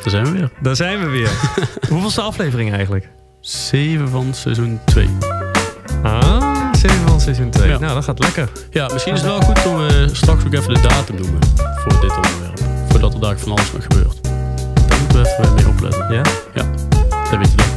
Daar zijn we weer. Hoeveelste aflevering eigenlijk? 7 van seizoen 2. 7 van seizoen 2. Ja. Nou, dat gaat lekker. Ja, misschien is het wel goed om we straks ook even de datum noemen voor dit onderwerp. Voordat er daar van alles nog gebeurt. Daar moeten we even mee opletten. Ja? Ja, dat weet je dan.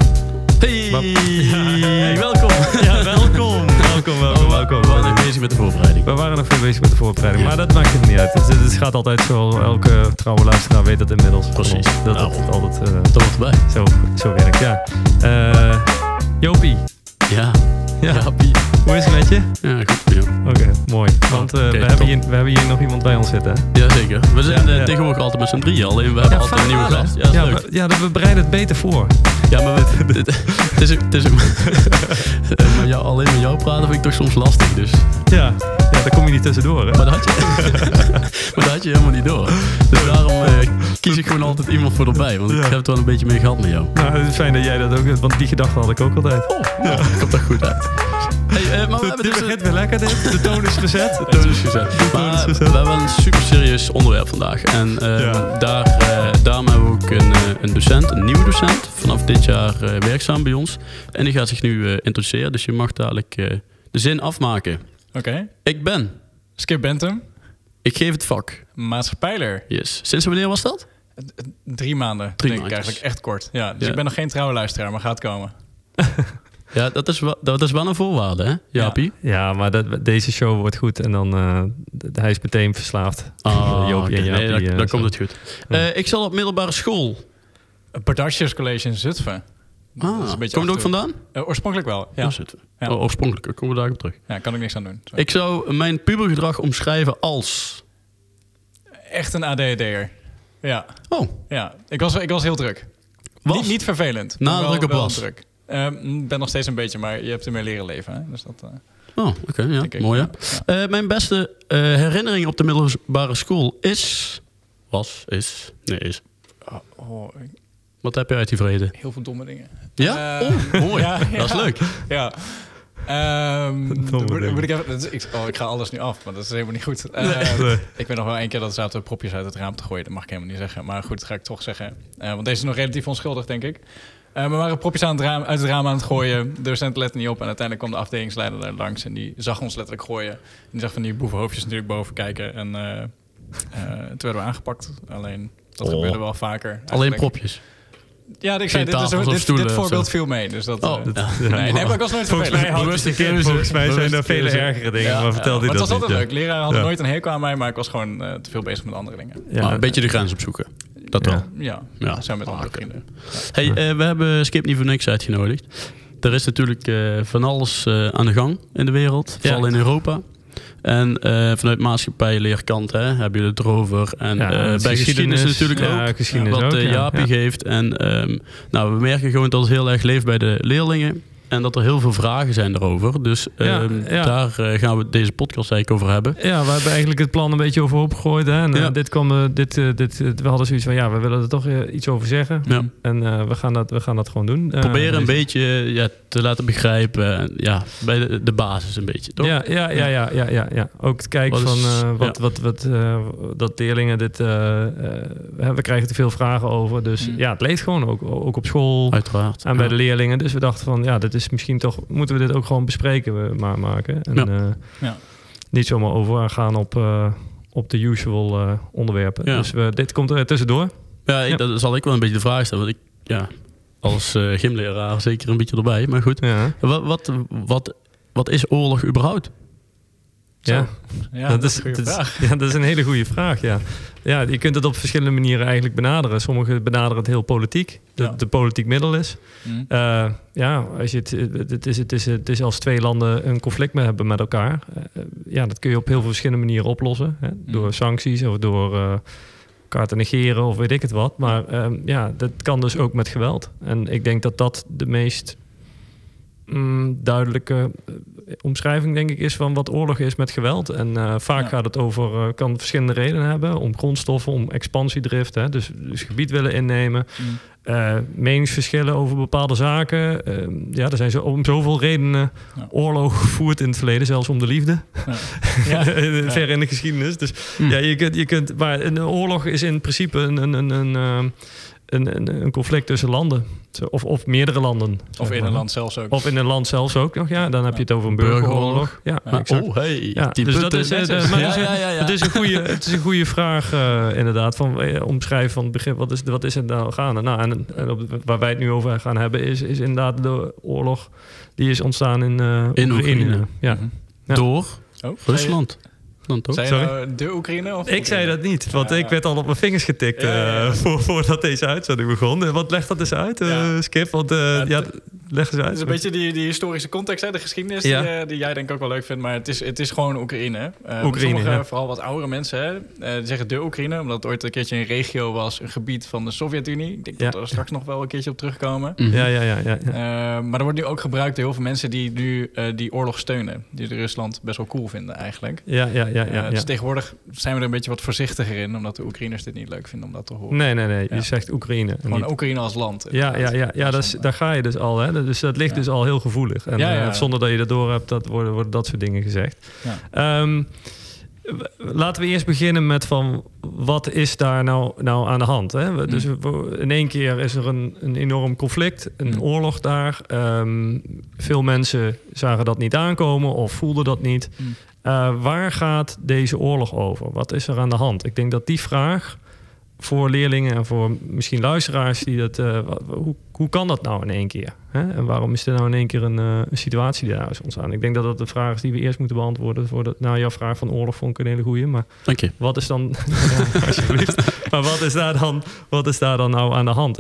Hey, welkom. Ja, welkom. Welkom. We waren nog bezig met de voorbereiding. We waren nog veel bezig met de voorbereiding, maar dat maakt het niet uit. Het gaat altijd zo, elke trouwe luisteraar weet dat inmiddels. Precies. Dat het altijd Dat hoort erbij. zo werkt, ja. Jopie. Ja. Ja, Pie. Hoe is het met je? Ja, goed voor jou. Oké, mooi. Want we hebben hier nog iemand bij ons zitten, hè? Jazeker. We zijn tegenwoordig altijd met z'n drieën, alleen we hebben altijd een nieuwe gast. Ja, dat is leuk. We bereiden het beter voor. Ja, maar het is maar alleen met jou praten vind ik toch soms lastig, dus. Ja, daar kom je niet tussendoor, hè? Maar dat had je helemaal niet door. Dus daarom kies ik gewoon altijd iemand voor erbij, want ik heb het wel een beetje mee gehad met jou. Nou, het is fijn dat jij dat ook, want die gedachte had ik ook altijd. Komt toch goed uit. Hey, maar we hebben dit begint weer lekker, dit. De toon is gezet. Maar we hebben een super serieus onderwerp vandaag. En daarom hebben we ook een nieuwe docent, vanaf dit jaar werkzaam bij ons. En die gaat zich nu introduceren, dus je mag dadelijk de zin afmaken. Oké. Ik ben. Skip Bentham. Ik geef het vak. Maatschappijler. Yes. Sinds wanneer was dat? 3 maanden, denk ik eigenlijk. Echt kort. Ja, dus ik ben nog geen trouwe luisteraar, maar gaat komen. Ja, dat is wel een voorwaarde, hè, Jaapie? Ja, maar deze show wordt goed en dan hij is meteen verslaafd. Jopie en Jaapie. Nee, dan komt het goed. Ik zal op middelbare school. Bardasjes College in Zutphen. Kom je er ook vandaan? Oorspronkelijk wel, ja. Zutphen. Ja. Oorspronkelijk, daar komen we daar op terug. Ja, kan ik niks aan doen. Sorry. Ik zou mijn pubergedrag omschrijven als... Echt een ADHD'er. Ja. Oh. Ja, ik was heel druk. Niet vervelend. Nadruk op wel was. druk. Ben nog steeds een beetje, maar je hebt ermee leren leven. Hè? Dus dat, oké, ja. Mooi, hè? Ja. Mijn beste herinnering op de middelbare school is... is... Wat heb je uit die vrede? Heel veel domme dingen. Ja? Mooi. Ja, dat is leuk. Ja. Ik ga alles nu af, maar dat is helemaal niet goed. Ik weet nog wel 1 keer dat er zaten propjes uit het raam te gooien. Dat mag ik helemaal niet zeggen. Maar goed, dat ga ik toch zeggen. Want deze is nog relatief onschuldig, denk ik. We waren propjes uit het raam aan het gooien. De docent lette niet op. En uiteindelijk kwam de afdelingsleider daar langs. En die zag ons letterlijk gooien. En die zag van die boevenhoofdjes natuurlijk boven kijken. En toen werden we aangepakt. Alleen, dat gebeurde wel vaker. Eigenlijk. Alleen propjes? Ja, ik zei, dit voorbeeld viel mee. Dus dat, nee, maar ik was nooit vervelend. Volgens mij zijn er vele ergere dingen, maar vertel dit. Het was altijd leuk. Leraren hadden nooit een hekel aan mij, maar ik was gewoon te veel bezig met andere dingen. Ja, een beetje de grens opzoeken. Dat wel. Ja, zijn met andere vrienden. Hey, we hebben Skip niet voor niks uitgenodigd. Er is natuurlijk van alles aan de gang in de wereld, vooral in Europa. En vanuit maatschappijleerkant hebben jullie het erover. En bij geschiedenis natuurlijk ook. Wat Jaapie geeft. En we merken gewoon dat het heel erg leeft bij de leerlingen. En dat er heel veel vragen zijn daarover. Dus daar gaan we deze podcast eigenlijk over hebben. Ja, we hebben eigenlijk het plan een beetje overhoop gegooid. Hè? En we hadden zoiets van, we willen er toch iets over zeggen. Ja. En we gaan dat gewoon doen. Proberen een beetje te laten begrijpen. Bij de basis een beetje, toch? Ja. Ook te kijken dat leerlingen dit... we krijgen te veel vragen over. Dus het leeft gewoon ook op school. Uiteraard. En bij de leerlingen. Dus we dachten van, dit is misschien toch... Moeten we dit ook gewoon bespreken maken. En niet zomaar overgaan op de usual onderwerpen. Ja. Dus dit komt er tussendoor. Ja, dat zal ik wel een beetje de vraag stellen. Want als gymleraar zeker een beetje erbij. Maar goed, wat is oorlog überhaupt? Ja, dat is een goede vraag. Ja, dat is een hele goede vraag, Ja, je kunt het op verschillende manieren eigenlijk benaderen. Sommigen benaderen het heel politiek. Dat het een politiek middel is. Als je het is als 2 landen een conflict hebben met elkaar. Dat kun je op heel veel verschillende manieren oplossen. Hè? Door sancties of door elkaar te negeren of weet ik het wat. Maar dat kan dus ook met geweld. En ik denk dat de meest duidelijke omschrijving, denk ik, is van wat oorlog is met geweld. En vaak gaat het over, kan verschillende redenen hebben. Om grondstoffen, om expansiedrift. Hè, dus gebied willen innemen. Meningsverschillen over bepaalde zaken. Er zijn om zoveel redenen oorlog gevoerd in het verleden. Zelfs om de liefde. Ver in de geschiedenis. Dus je kunt maar een oorlog is in principe een conflict tussen landen. Of meerdere landen. Of in een land zelfs ook. Of in een land zelfs ook nog, ja. Dan heb je het over een burgeroorlog. Ja, exact. Oh, hey. Ja, dus dat is, het is een goede vraag inderdaad. Van omschrijven van het begin, wat is het nou gaande? Nou, en waar wij het nu over gaan hebben is inderdaad de oorlog die is ontstaan in Oekraïne. Ja. Door Rusland. Zei je nou de Oekraïne? Of ik zei dat niet, want ik werd al op mijn vingers getikt voordat deze uitzending begon. Wat legt dat eens uit, Skip? Want leg eens uit. Het is een beetje die historische context, de geschiedenis die jij denk ik ook wel leuk vindt. Maar het is gewoon Oekraïne. Sommige, vooral wat oudere mensen, die zeggen de Oekraïne. Omdat het ooit een keertje een regio was, een gebied van de Sovjet-Unie. Ik denk dat we er straks nog wel een keertje op terugkomen. Ja. Maar er wordt nu ook gebruikt door heel veel mensen die nu die oorlog steunen. Die Rusland best wel cool vinden eigenlijk. Dus tegenwoordig zijn we er een beetje wat voorzichtiger in, omdat de Oekraïners dit niet leuk vinden om dat te horen. Nee. Je zegt Oekraïne. Gewoon niet Oekraïne als land. Daar ga je dus al. Hè? Dus dat ligt dus al heel gevoelig. En zonder dat je dat door hebt, worden dat soort dingen gezegd. Ja. Laten we eerst beginnen met van wat is daar nou aan de hand? Hè? Dus in één keer is er een enorm conflict, een oorlog daar. Veel mensen zagen dat niet aankomen of voelden dat niet. Waar gaat deze oorlog over? Wat is er aan de hand? Ik denk dat die vraag voor leerlingen en voor misschien luisteraars die dat, hoe kan dat nou in één keer? Hè? En waarom is er nou in één keer een situatie die daar is ontstaan? Ik denk dat dat de vraag is die we eerst moeten beantwoorden. Jouw vraag van oorlog vond ik een hele goeie. Maar dank je. Wat is dan, alsjeblieft. Maar wat is daar dan nou aan de hand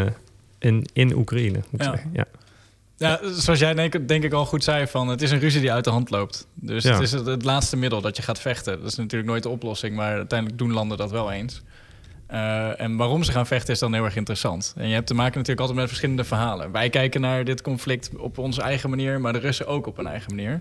in Oekraïne? Moet ik zeggen. Ja, zoals jij denk ik al goed zei, van het is een ruzie die uit de hand loopt. Dus het is het laatste middel dat je gaat vechten. Dat is natuurlijk nooit de oplossing, maar uiteindelijk doen landen dat wel eens. En waarom ze gaan vechten is dan heel erg interessant. En je hebt te maken natuurlijk altijd met verschillende verhalen. Wij kijken naar dit conflict op onze eigen manier, maar de Russen ook op hun eigen manier.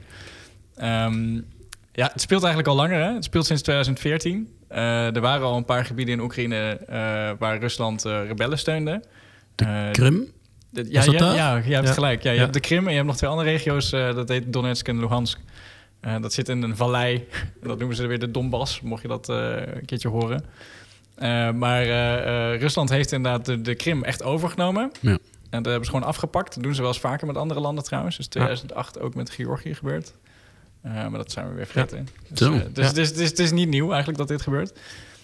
Het speelt eigenlijk al langer. Hè? Het speelt sinds 2014. Er waren al een paar gebieden in Oekraïne waar Rusland rebellen steunde. De Krim? Je hebt gelijk. Je hebt de Krim en je hebt nog 2 andere regio's. Dat heet Donetsk en Luhansk. Dat zit in een vallei. Dat noemen ze weer de Donbass, mocht je dat een keertje horen. Maar Rusland heeft inderdaad de Krim echt overgenomen. Ja. En dat hebben ze gewoon afgepakt. Dat doen ze wel eens vaker met andere landen trouwens. Dus 2008 ook met Georgië gebeurd. Maar dat zijn we weer vergeten. Dus het is niet nieuw eigenlijk dat dit gebeurt.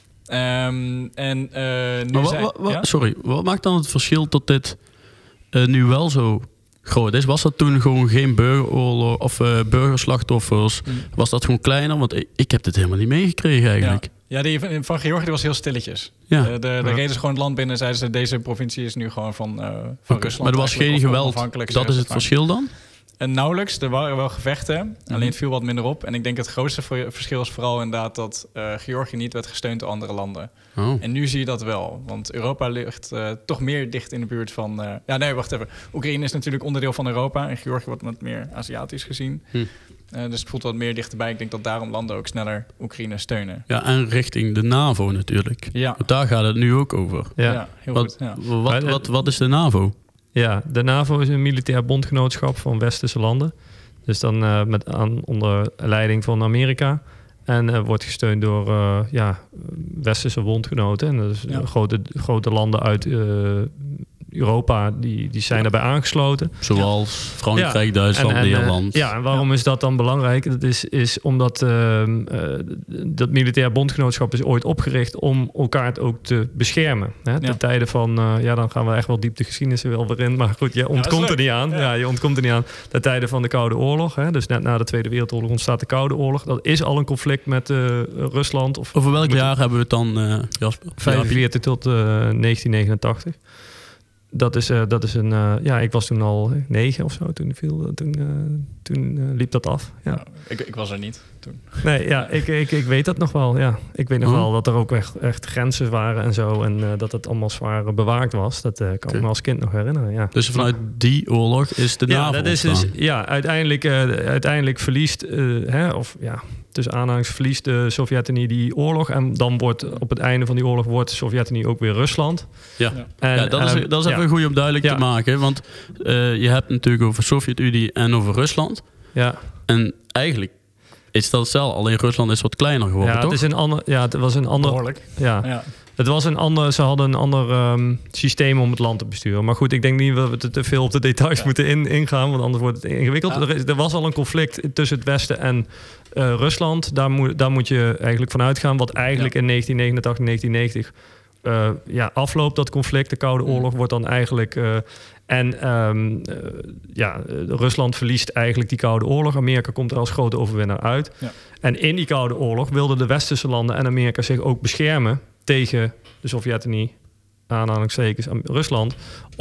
Sorry, wat maakt dan het verschil tot dit nu wel zo groot is? Was dat toen gewoon geen burgeroorlog of burgerslachtoffers? Was dat gewoon kleiner? Want ik heb dit helemaal niet meegekregen eigenlijk. Ja, die van Georgië was heel stilletjes. Ja. De reden ze gewoon het land binnen, zeiden ze, deze provincie is nu gewoon van Rusland. Maar er was geen geweld, dat is het verschil dan? En nauwelijks, er waren wel gevechten, alleen het viel wat minder op. En ik denk het grootste verschil is vooral inderdaad dat Georgië niet werd gesteund door andere landen. Oh. En nu zie je dat wel, want Europa ligt toch meer dicht in de buurt van... wacht even. Oekraïne is natuurlijk onderdeel van Europa en Georgië wordt wat meer Aziatisch gezien. Dus het voelt wat meer dichterbij. Ik denk dat daarom landen ook sneller Oekraïne steunen. Ja, en richting de NAVO natuurlijk. Ja. Want daar gaat het nu ook over. Ja heel goed. Ja. Wat is de NAVO? Ja, de NAVO is een militair bondgenootschap van westerse landen. Dus dan onder leiding van Amerika. En wordt gesteund door westerse bondgenoten. En dat is grote landen uit Europa, die zijn daarbij aangesloten. Zoals Frankrijk, Duitsland, Nederland. En waarom is dat dan belangrijk? Dat is omdat dat militair bondgenootschap is ooit opgericht om elkaar ook te beschermen. Hè? Ten tijde van, dan gaan we echt wel diep de geschiedenis wel weer in. Maar goed, je ontkomt er niet aan. Ja, je ontkomt er niet aan. Ten tijde van de Koude Oorlog. Hè? Dus net na de Tweede Wereldoorlog ontstaat de Koude Oorlog. Dat is al een conflict met Rusland. Over welk jaar hebben we het dan, Jasper? 45 tot 1989. Dat is een... ik was toen al 9 of zo toen viel. Toen liep dat af. Ja. Nou, ik was er niet toen. Nee, ik weet dat nog wel. Ja. Ik weet nog wel dat er ook echt grenzen waren en zo. En dat het allemaal zwaar bewaakt was. Dat kan ik me als kind nog herinneren. Ja. Dus vanuit die oorlog is de NAVO dat is dus, uiteindelijk verliest... tussen aanhangers verliest de Sovjet-Unie die oorlog. En dan wordt op het einde van die oorlog wordt de Sovjet-Unie ook weer Rusland. Ja, dat is even goed om duidelijk te maken. Want je hebt natuurlijk over Sovjet-Unie en over Rusland. Ja. En eigenlijk is dat hetzelfde. Alleen Rusland is wat kleiner geworden, toch? Het was een ander... Behoorlijk. Ja. Ze hadden een ander systeem om het land te besturen. Maar goed, ik denk niet dat we te veel op de details moeten ingaan, want anders wordt het ingewikkeld. Ja. Er was al een conflict tussen het Westen en Rusland. Daar moet je eigenlijk van uitgaan. Wat eigenlijk in 1989, 1990 afloopt, dat conflict. De Koude Oorlog wordt dan eigenlijk... Rusland verliest eigenlijk die Koude Oorlog. Amerika komt er als grote overwinnaar uit. Ja. En in die Koude Oorlog wilden de westerse landen en Amerika zich ook beschermen tegen de Sovjet-Unie, aanhalingstekens, Rusland,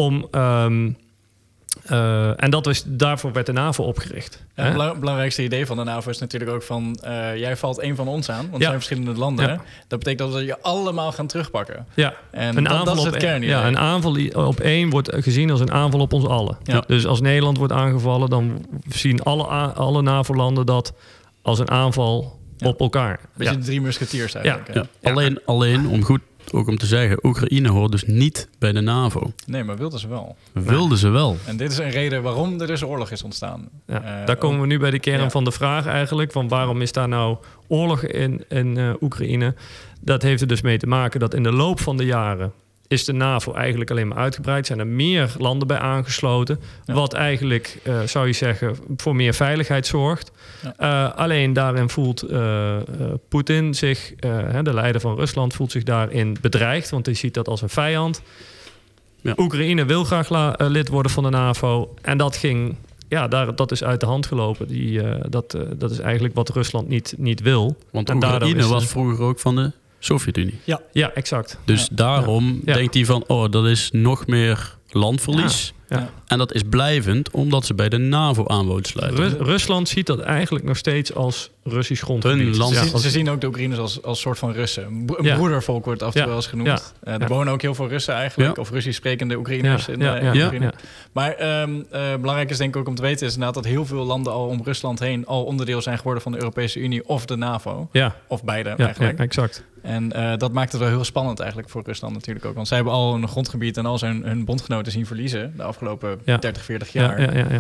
en daarvoor werd de NAVO opgericht. Ja, het belangrijkste idee van de NAVO is natuurlijk ook van... jij valt één van ons aan, want er zijn verschillende landen. Ja. Dat betekent dat we je allemaal gaan terugpakken. Ja. En dat is het kernidee. Ja, een aanval op één wordt gezien als een aanval op ons allen. Ja. Dus als Nederland wordt aangevallen, dan zien alle NAVO-landen dat als een aanval op elkaar. Beetje de 3 musketiers eigenlijk. Ja. Ja. Alleen om goed... Ook om te zeggen, Oekraïne hoort dus niet bij de NAVO. Nee, maar wilden ze wel. Wilden ze wel. En dit is een reden waarom er dus oorlog is ontstaan. Ja, daar komen we nu bij de kern van de vraag eigenlijk. Van waarom is daar nou oorlog in Oekraïne? Dat heeft er dus mee te maken dat in de loop van de jaren... is de NAVO eigenlijk alleen maar uitgebreid. Zijn er meer landen bij aangesloten. Ja. Wat eigenlijk, zou je zeggen, voor meer veiligheid zorgt. Ja. Alleen daarin voelt Poetin zich, de leider van Rusland, voelt zich daarin bedreigd. Want hij ziet dat als een vijand. Ja. Oekraïne wil graag lid worden van de NAVO. En dat ging... Ja, dat is uit de hand gelopen. Dat is eigenlijk wat Rusland niet wil. Want Oekraïne was vroeger ook van de Sovjet-Unie. Ja, exact. Dus daarom denkt hij van... dat is nog meer landverlies. Ja. En dat is blijvend, omdat ze bij de NAVO aan wilden sluiten. Rusland ziet dat eigenlijk nog steeds als Russisch grondgebied. Ze zien ook de Oekraïners als soort van Russen. Een broedervolk wordt af en toe wel eens genoemd. Er wonen ook heel veel Russen eigenlijk. Ja. Of Russisch sprekende Oekraïners in Oekraïne. Ja. Maar belangrijk is denk ik ook om te weten... is inderdaad dat heel veel landen al om Rusland heen... al onderdeel zijn geworden van de Europese Unie of de NAVO. Ja. Of beide eigenlijk. Ja, exact. En dat maakt het wel heel spannend eigenlijk voor Rusland natuurlijk ook. Want zij hebben al een grondgebied en al hun bondgenoten zien verliezen... de afgelopen 30, 40 jaar. Ja.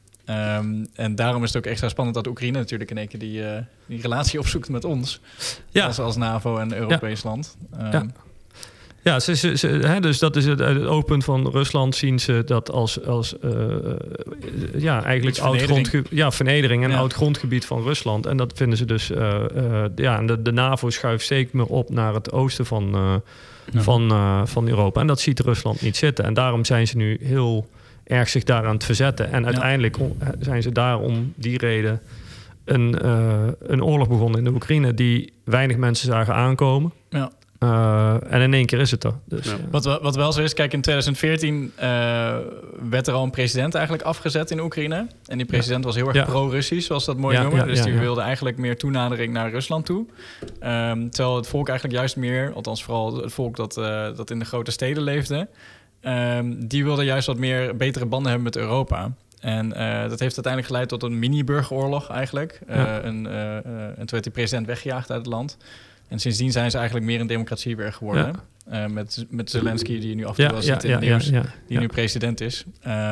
En daarom is het ook extra spannend dat Oekraïne natuurlijk in één keer die relatie opzoekt met ons. Ja. Als NAVO en Europees land. Ja, dus dat is het oogpunt van Rusland. Zien ze dat als eigenlijk oud grondgebied, vernedering en oud grondgebied van Rusland. En dat vinden ze dus. De NAVO schuift zeker meer op naar het oosten van Europa. En dat ziet Rusland niet zitten. En daarom zijn ze nu heel erg zich daaraan het verzetten. En uiteindelijk zijn ze daar om die reden een oorlog begonnen in de Oekraïne die weinig mensen zagen aankomen. Ja. En in één keer is het er. Dus, Wat wel zo is, kijk, in 2014 werd er al een president eigenlijk afgezet in Oekraïne. En die president was heel erg pro-Russisch, zoals dat mooi noemen. Dus die wilde eigenlijk meer toenadering naar Rusland toe. Terwijl het volk eigenlijk juist meer, althans vooral het volk dat in de grote steden leefde... die wilde juist wat meer betere banden hebben met Europa. En dat heeft uiteindelijk geleid tot een mini-burgeroorlog eigenlijk. En toen werd die president weggejaagd uit het land. En sindsdien zijn ze eigenlijk meer een democratie weer geworden. Ja. Met Zelensky, die nu af en toe zit in het nieuws, die nu president is.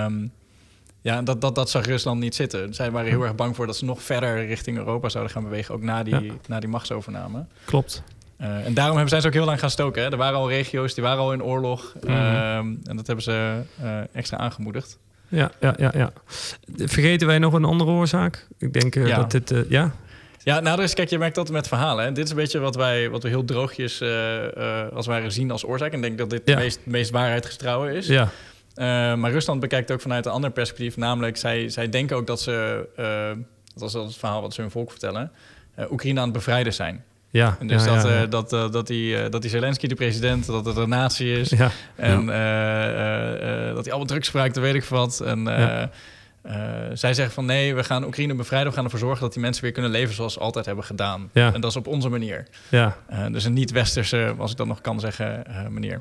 Dat zag Rusland niet zitten. Zij waren heel erg bang voor dat ze nog verder richting Europa zouden gaan bewegen, ook na die machtsovername. Klopt. En daarom zijn ze ook heel lang gaan stoken. Hè? Er waren al regio's, die waren al in oorlog. En dat hebben ze extra aangemoedigd. Ja. Vergeten wij nog een andere oorzaak? Ik denk dat dit... Ja, nou dus kijk, je merkt dat met verhalen. Hè. Dit is een beetje wat we heel droogjes als het ware zien als oorzaak. En ik denk dat dit het meest waarheidsgetrouwe is. Ja. Maar Rusland bekijkt ook vanuit een ander perspectief. Namelijk, zij denken ook dat ze, dat is het verhaal wat ze hun volk vertellen, Oekraïne aan het bevrijden zijn. Ja, en dus dat die Zelensky, de president, dat het een natie is. Ja. En dat hij allemaal drugs gebruikt, weet ik wat. En zij zeggen van nee, we gaan Oekraïne bevrijden. We gaan ervoor zorgen dat die mensen weer kunnen leven zoals ze altijd hebben gedaan. Ja. En dat is op onze manier. Ja. Dus een niet-westerse, als ik dat nog kan zeggen, manier.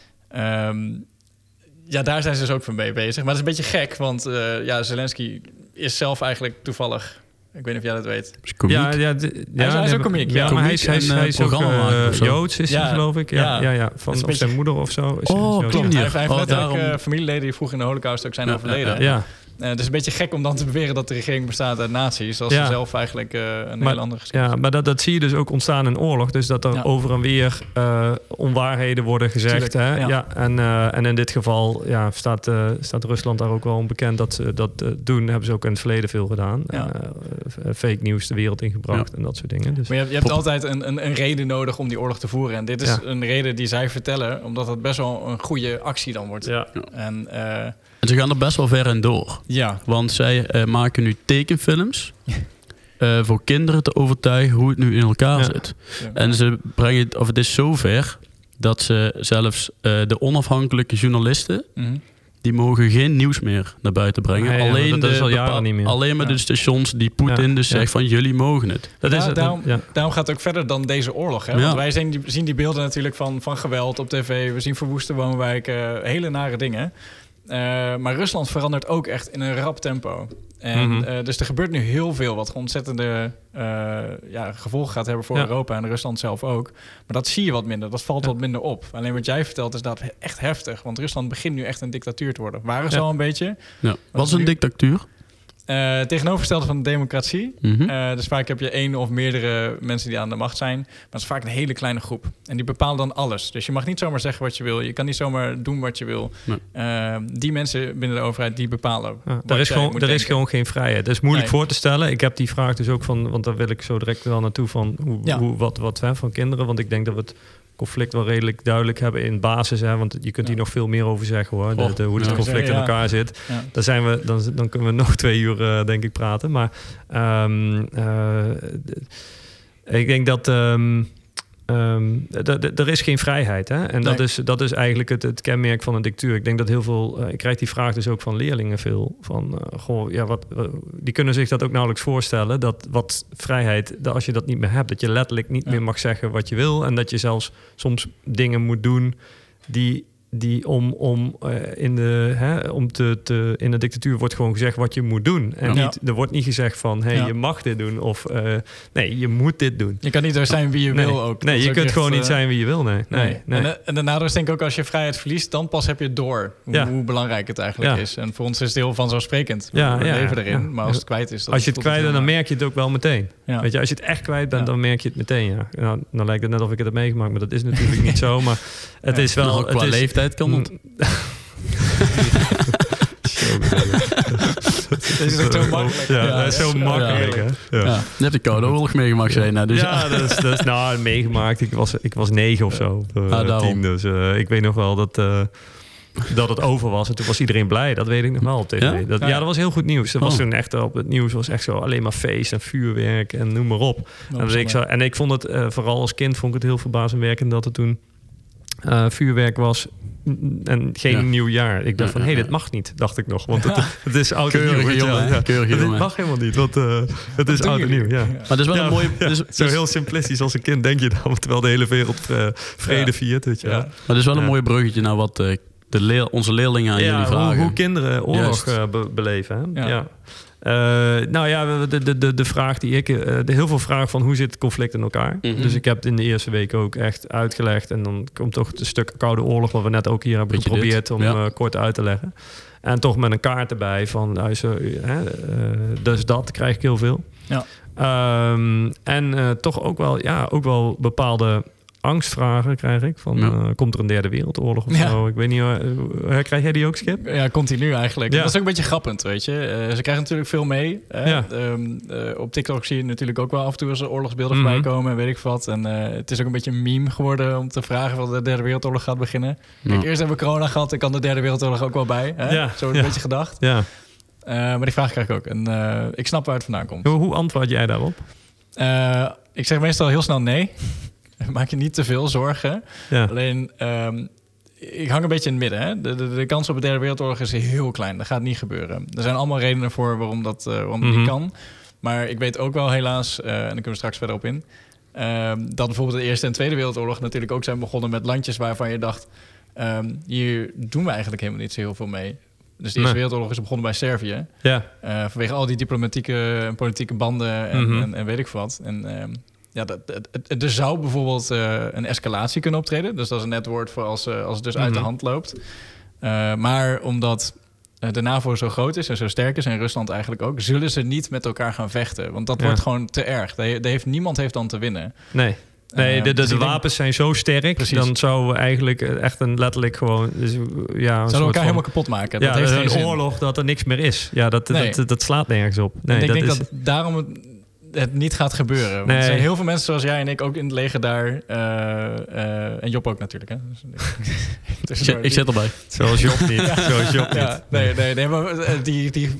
Daar zijn ze dus ook van mee bezig. Maar dat is een beetje gek, want Zelensky is zelf eigenlijk toevallig... Ik weet niet of jij dat weet. Hij is ook komiek. Ja, maar hij is ook Joods, is hij, geloof ik. Van zijn moeder of zo. Klopt. Hij heeft letterlijk familieleden die vroeg in de Holocaust ook zijn overleden. Het is een beetje gek om dan te beweren dat de regering bestaat uit naties, als ze zelf eigenlijk een heel andere geschiedenis. Ja, maar dat zie je dus ook ontstaan in oorlog. Dus dat er over en weer onwaarheden worden gezegd. Hè? Ja. En in dit geval staat Rusland daar ook wel onbekend dat ze dat doen. Hebben ze ook in het verleden veel gedaan. Fake nieuws de wereld ingebracht en dat soort dingen. Dus. Maar je hebt altijd een reden nodig om die oorlog te voeren. En dit is een reden die zij vertellen, omdat het best wel een goede actie dan wordt. Ja. En ze gaan er best wel ver in door. Ja. Want zij maken nu tekenfilms voor kinderen te overtuigen hoe het nu in elkaar zit. Ja. En ze brengen het is zover dat ze zelfs de onafhankelijke journalisten, die mogen geen nieuws meer naar buiten brengen. Nee, alleen dat is al jaren niet meer. Alleen maar de stations die Poetin dus zegt van jullie mogen het. Daarom gaat het ook verder dan deze oorlog. Hè? Want wij zien die beelden natuurlijk van geweld op tv. We zien verwoeste woonwijken, hele nare dingen. Maar Rusland verandert ook echt in een rap tempo. En dus er gebeurt nu heel veel wat ontzettende gevolgen gaat hebben voor Europa en Rusland zelf ook. Maar dat zie je wat minder, dat valt wat minder op. Alleen wat jij vertelt is dat echt heftig. Want Rusland begint nu echt een dictatuur te worden. Waren ze al een beetje. Ja. Wat is een dictatuur? Tegenovergestelde van de democratie. Dus vaak heb je één of meerdere mensen die aan de macht zijn. Maar het is vaak een hele kleine groep. En die bepalen dan alles. Dus je mag niet zomaar zeggen wat je wil. Je kan niet zomaar doen wat je wil. Nee. Die mensen binnen de overheid, die bepalen. Er is gewoon geen vrijheid. Het is moeilijk voor te stellen. Ik heb die vraag dus ook van, want daar wil ik zo direct wel naartoe van wat van kinderen. Want ik denk dat we het conflict wel redelijk duidelijk hebben in basis. Hè, want je kunt hier nog veel meer over zeggen hoor. Hoe het conflict in elkaar zit. Ja. Daar zijn we, dan kunnen we nog 2 uur denk ik praten. Maar ik denk dat er is geen vrijheid. Hè? En dat is eigenlijk het kenmerk van een dictatuur. Ik denk dat heel veel... ik krijg die vraag dus ook van leerlingen veel. Van, die kunnen zich dat ook nauwelijks voorstellen. Dat wat vrijheid, dat als je dat niet meer hebt... dat je letterlijk niet meer mag zeggen wat je wil... en dat je zelfs soms dingen moet doen... die in de dictatuur wordt gewoon gezegd wat je moet doen. En er wordt niet gezegd van, je mag dit doen. Of nee, je moet dit doen. Je kan niet zo zijn wie je wil ook. Nee, je kunt gewoon niet zijn wie je wil. Nee. En de nadruk is denk ik ook, als je vrijheid verliest... dan pas heb je het door hoe belangrijk het eigenlijk is. En voor ons is het heel vanzelfsprekend. We leven erin, maar als het kwijt is... Als je het kwijt bent, dan merk je het ook wel meteen. Ja. Weet je, als je het echt kwijt bent, dan merk je het meteen. Ja. Nou, dan lijkt het net of ik het heb meegemaakt, maar dat is natuurlijk niet zo. Maar het is wel... Ook qua leeftijd kan het... Dit is ook zo makkelijk. Ja, zo makkelijk. Hè? Ja. Je hebt de Koude Oorlog meegemaakt, zei je. Dus dat is meegemaakt. Ik was 9 of zo. 10. Dus ik weet nog wel dat het over was. En toen was iedereen blij. Dat weet ik nog wel op tv. Ja? Dat was heel goed nieuws. Dat was toen echt op het nieuws was echt zo alleen maar feest en vuurwerk en noem maar op. En ik vond het, vooral als kind, vond ik het heel verbazingwekkend dat het toen vuurwerk was en geen nieuw jaar. Ik dacht van, dit mag niet, dacht ik nog. Want het is oud en nieuw. Dit mag helemaal niet, want het is oud en nieuw. Ja. Maar dat is wel een mooie... Zo heel simplistisch als een kind denk je dan, terwijl de hele wereld vrede viert. Weet je wel. Maar dat is wel een mooi bruggetje naar wat onze leerlingen aan jullie vragen. Hoe kinderen oorlog beleven. Hè? Ja. De vraag die ik... heel veel vragen van hoe zit het conflict in elkaar? Dus ik heb het in de eerste week ook echt uitgelegd. En dan komt toch het stuk Koude Oorlog... wat we net ook hier hebben geprobeerd om kort uit te leggen. En toch met een kaart erbij van... dus dat krijg ik heel veel. Ja. En toch ook wel bepaalde... angstvragen krijg ik. Komt er een derde wereldoorlog of zo? Ik weet niet, krijg jij die ook, Skip? Ja, continu eigenlijk. Dat is ook een beetje grappend, weet je. Ze krijgen natuurlijk veel mee. Op TikTok zie je natuurlijk ook wel af en toe als er oorlogsbeelden voorbij komen en weet ik wat. En het is ook een beetje een meme geworden om te vragen of de derde wereldoorlog gaat beginnen. Kijk, eerst hebben we corona gehad, dan kan de derde wereldoorlog ook wel bij. Hè? Zo een beetje gedacht. Ja. Maar die vraag krijg ik ook. En ik snap waar het vandaan komt. Hoe antwoord jij daarop? Ik zeg meestal heel snel nee. Maak je niet te veel zorgen. Ja. Alleen, ik hang een beetje in het midden. Hè? De kans op een derde wereldoorlog is heel klein. Dat gaat niet gebeuren. Er zijn allemaal redenen voor waarom dat niet kan. Maar ik weet ook wel helaas, en daar kunnen we straks verder op in... dat bijvoorbeeld de Eerste en Tweede Wereldoorlog natuurlijk ook zijn begonnen met landjes waarvan je dacht... hier doen we eigenlijk helemaal niet zo heel veel mee. Dus de Eerste Wereldoorlog is begonnen bij Servië. Ja. Vanwege al die diplomatieke en politieke banden en weet ik wat. En... er zou bijvoorbeeld een escalatie kunnen optreden. Dus dat is een net woord voor als het dus uit de hand loopt. Maar omdat de NAVO zo groot is en zo sterk is... en Rusland eigenlijk ook... zullen ze niet met elkaar gaan vechten. Want dat wordt gewoon te erg. Niemand heeft dan te winnen. Nee, de wapens zijn zo sterk... Precies. Dan zou eigenlijk echt een letterlijk gewoon... Dus, zouden elkaar helemaal kapot maken. Dat heeft geen oorlog dat er niks meer is. Ja, dat slaat nergens op. Nee, ik denk dat daarom... het niet gaat gebeuren. Want er zijn heel veel mensen zoals jij en ik ook in het leger daar. En Job ook natuurlijk. Hè? Dus ik zit erbij. Zoals Job niet. Zoals Job niet. Nee, maar die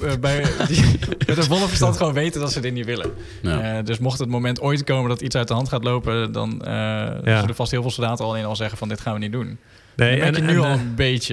met een volle verstand gewoon weten dat ze dit niet willen. Ja. Dus mocht het moment ooit komen dat iets uit de hand gaat lopen... dan zullen vast heel veel soldaten al zeggen van dit gaan we niet doen. Nee, en nu al een beetje.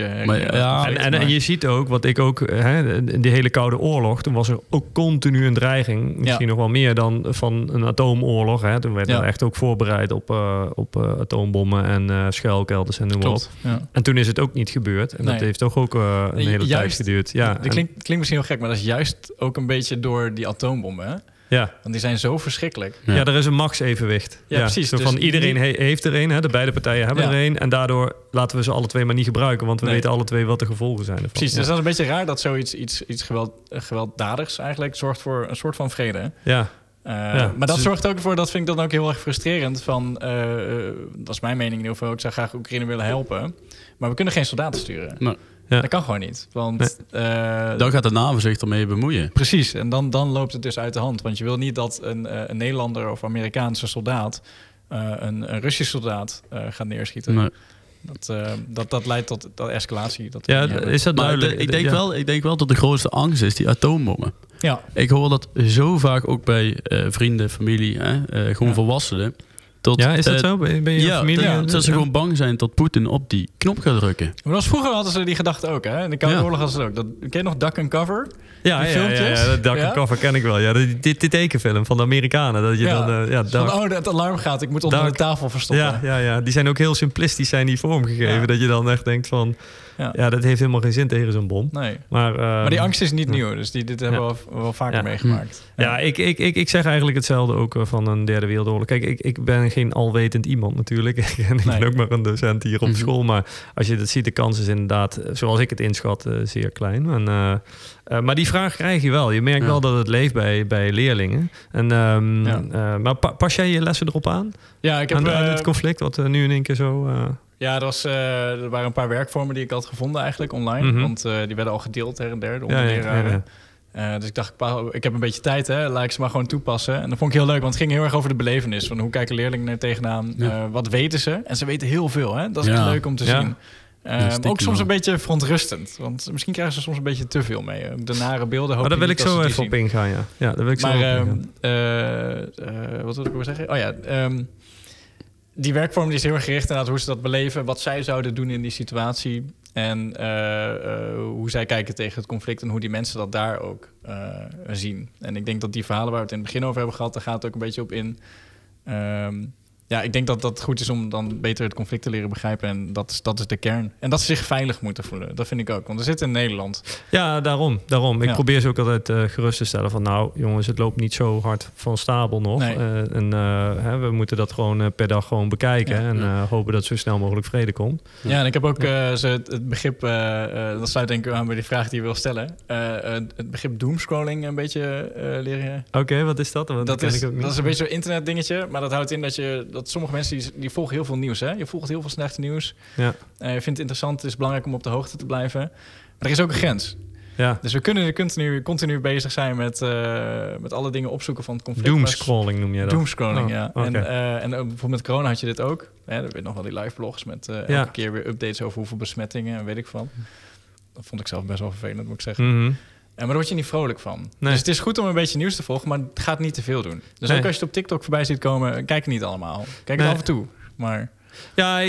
En je ziet ook, wat ik ook... in die hele Koude Oorlog... toen was er ook continu een dreiging. Misschien nog wel meer dan van een atoomoorlog. Hè. Toen werd er echt ook voorbereid op atoombommen... en schuilkelders en noem maar op. Ja. En toen is het ook niet gebeurd. En dat heeft toch ook een hele tijd geduurd. Ja, dat klinkt misschien heel gek... maar dat is juist ook een beetje door die atoombommen... Hè? Ja. Want die zijn zo verschrikkelijk. Ja, er is een machtsevenwicht. Ja, precies. Dus van iedereen heeft er een. De beide partijen hebben er een. En daardoor laten we ze alle twee maar niet gebruiken. Want we weten alle twee wat de gevolgen zijn ervan. Precies, dus dat is een beetje raar dat zoiets iets gewelddadigs eigenlijk zorgt voor een soort van vrede. Ja. Maar dat zorgt ook voor, dat vind ik dan ook heel erg frustrerend. Dat is mijn mening in ieder geval. Ik zou graag Oekraïne willen helpen. Maar we kunnen geen soldaten sturen. Nee. Ja. Dat kan gewoon niet. Want dan gaat de NAVO zich ermee bemoeien. Precies. En dan loopt het dus uit de hand. Want je wil niet dat een Nederlander of Amerikaanse soldaat... een Russisch soldaat gaat neerschieten. Nee. Dat leidt tot escalatie. Is dat duidelijk? Ik denk wel dat de grootste angst is die atoombommen. Ja. Ik hoor dat zo vaak ook bij vrienden, familie, gewoon volwassenen... is dat zo? Ben je familie? Dat ze gewoon bang zijn dat Poetin op die knop gaat drukken. Maar vroeger hadden ze die gedachte ook. Hè? In de Koude Oorlog hadden ze ook. Ken je nog Duck and Cover? Ja, Duck and Cover ken ik wel. Ja, die tekenfilm van de Amerikanen. Dat je het alarm gaat. Ik moet onder de tafel verstoppen. Ja, die zijn ook heel simplistisch zijn die vormgegeven. Ja. Dat je dan echt denkt van... Ja, dat heeft helemaal geen zin tegen zo'n bom. Nee. Maar die angst is niet nieuw. Dus dit hebben we wel vaker meegemaakt. Ja, ik zeg eigenlijk hetzelfde ook van een derde wereldoorlog. Kijk, ik ben geen alwetend iemand natuurlijk. Ik ben ook maar een docent hier op school. Maar als je dat ziet, de kans is inderdaad, zoals ik het inschat, zeer klein. Maar die vraag krijg je wel. Je merkt wel dat het leeft bij leerlingen. Maar pas jij je lessen erop aan? Ja, ik heb... aan het conflict, wat nu in één keer zo... Ja, er waren een paar werkvormen die ik had gevonden eigenlijk online. Mm-hmm. Want die werden al gedeeld her en der, de onderleraren. Dus ik dacht, ik heb een beetje tijd, laat ik ze maar gewoon toepassen. En dat vond ik heel leuk, want het ging heel erg over de belevenis. Van hoe kijken leerlingen er tegenaan? Wat weten ze? En ze weten heel veel, hè? Dat is echt leuk om te zien. Ook soms een beetje verontrustend. Want misschien krijgen ze soms een beetje te veel mee. De nare beelden. Maar daar wil ik zo even op ingaan, ja. Daar wil ik zo op ingaan. Wat wil ik weer zeggen? Oh ja, die werkvorm die is heel erg gericht naar hoe ze dat beleven, wat zij zouden doen in die situatie en hoe zij kijken tegen het conflict en hoe die mensen dat daar ook zien. En ik denk dat die verhalen waar we het in het begin over hebben gehad, daar gaat het ook een beetje op in. Ik denk dat het goed is om dan beter het conflict te leren begrijpen. En dat is de kern. En dat ze zich veilig moeten voelen. Dat vind ik ook. Want we zitten in Nederland. Ja, daarom. Ik probeer ze ook altijd gerust te stellen van... nou, jongens, het loopt niet zo hard van stapel nog. Nee. We moeten dat gewoon per dag gewoon bekijken. Ja. En hopen dat zo snel mogelijk vrede komt. Ja, en ik heb ook het begrip... dat sluit denk ik aan bij die vraag die je wil stellen. Het begrip doomscrolling een beetje leren. Oké, wat is dat? Dat is een beetje zo'n internetdingetje. Maar dat houdt in dat sommige mensen die volgen heel veel nieuws. Hè? Je volgt heel veel slechte nieuws. Ja. Je vindt het interessant. Het is belangrijk om op de hoogte te blijven. Maar er is ook een grens. Ja. Dus we kunnen continu bezig zijn met alle dingen opzoeken van het conflict. Doomscrolling noem je dat? Doomscrolling, ja. Okay. En bijvoorbeeld met corona had je dit ook. Er werd nog wel die live blogs met elke keer weer updates over hoeveel besmettingen en weet ik van. Dat vond ik zelf best wel vervelend, moet ik zeggen. Mm-hmm. Maar daar word je niet vrolijk van. Nee. Dus het is goed om een beetje nieuws te volgen, maar het gaat niet te veel doen. Dus ook als je het op TikTok voorbij ziet komen, kijk het niet allemaal. Kijk het af en toe, maar... Ja,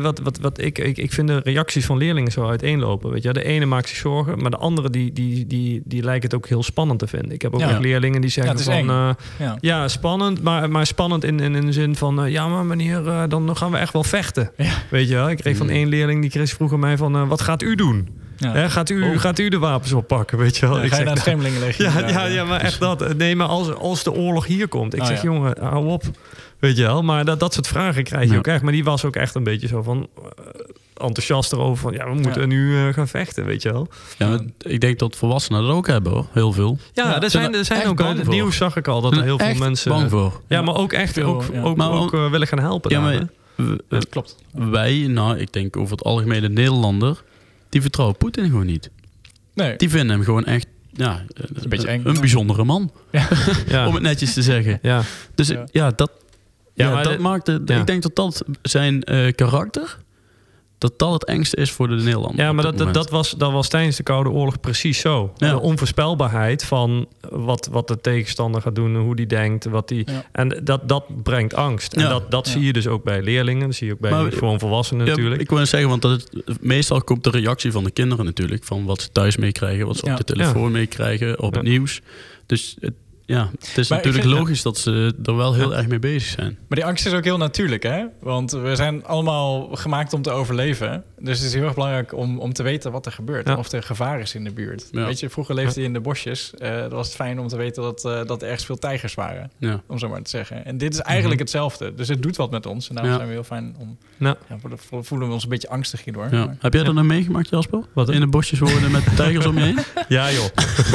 ik vind de reacties van leerlingen zo uiteenlopen. Weet je? De ene maakt zich zorgen, maar de andere die lijkt het ook heel spannend te vinden. Ik heb ook nog leerlingen die zeggen van... spannend, maar spannend in de zin van... maar meneer, dan gaan we echt wel vechten. Ja. Weet je wel? Ik kreeg van één leerling, die kreeg vroeger mij van... wat gaat u doen? Ja. Gaat u de wapens oppakken, weet je wel? Ga je naar het Schemelingenleger? Ja, maar echt dat. Nee, maar als de oorlog hier komt... Ik zeg, jongen, hou op. Weet je wel? Maar dat soort vragen krijg je ook echt. Maar die was ook echt een beetje zo van... enthousiaster over van... we moeten nu gaan vechten, weet je wel. Ja, ik denk dat volwassenen dat ook hebben, hoor. Heel veel. Ja, er zijn ook... Het nieuws zag ik al dat er heel veel mensen... bang voor. Ja, maar ook echt ook willen gaan helpen. Ja, daar, dat klopt. Wij, ik denk over het algemene Nederlander... die vertrouwen Poetin gewoon niet. Nee. Die vinden hem gewoon echt... Ja, een beetje eng. Een bijzondere man. Ja. Om het netjes te zeggen. Ja. Dus dat maakt het... Ja. Ik denk dat zijn karakter... dat het engste is voor de Nederlander. Ja, maar dat was tijdens de Koude Oorlog precies zo. Ja. De onvoorspelbaarheid van wat de tegenstander gaat doen... hoe die denkt. En dat brengt angst. En dat zie je dus ook bij leerlingen. Dat zie je ook bij gewoon volwassenen natuurlijk. Ik wil zeggen, want meestal komt de reactie van de kinderen natuurlijk... van wat ze thuis meekrijgen, wat ze op de telefoon meekrijgen... op het nieuws. Dus... het is natuurlijk logisch dat ze er wel heel erg mee bezig zijn. Maar die angst is ook heel natuurlijk, hè? Want we zijn allemaal gemaakt om te overleven. Dus het is heel erg belangrijk om te weten wat er gebeurt. En of er gevaar is in de buurt. Ja. Weet je, vroeger leefde je in de bosjes. Dat was het fijn om te weten dat er ergens veel tijgers waren. Ja. Om zo maar te zeggen. En dit is eigenlijk hetzelfde. Dus het doet wat met ons. En daarom zijn we heel fijn om... voelen we ons een beetje angstig hierdoor. Ja. Heb jij dat nou meegemaakt, Jasper? Wat in de bosjes wonen met tijgers om je heen? Ja, joh.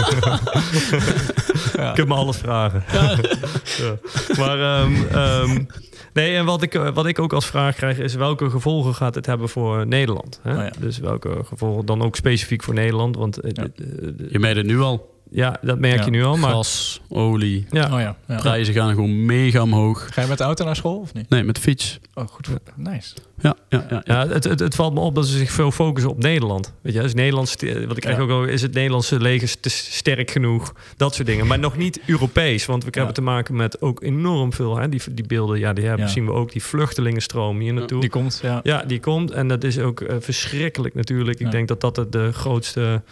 Ik heb me alles vragen. Ja. Maar nee, en wat ik ook als vraag krijg is... welke gevolgen gaat het hebben voor Nederland? Hè? Oh ja. Dus welke gevolgen dan ook specifiek voor Nederland? Want je merkt het nu al. Ja, dat merk je nu al. Maar... Gas, olie, prijzen gaan gewoon mega omhoog. Ga je met de auto naar school of niet? Nee, met de fiets. Oh, goed. Nice. Ja, het valt me op dat ze zich veel focussen op Nederland. Weet je, dus Nederlands, wat ik krijg ook al, is het Nederlandse leger te sterk genoeg? Dat soort dingen. Maar nog niet Europees. Want we hebben te maken met ook enorm veel. Hè, die beelden, die zien we ook. Die vluchtelingenstroom hier naartoe. Die komt, Ja, die komt. En dat is ook verschrikkelijk natuurlijk. Ik denk dat het de grootste...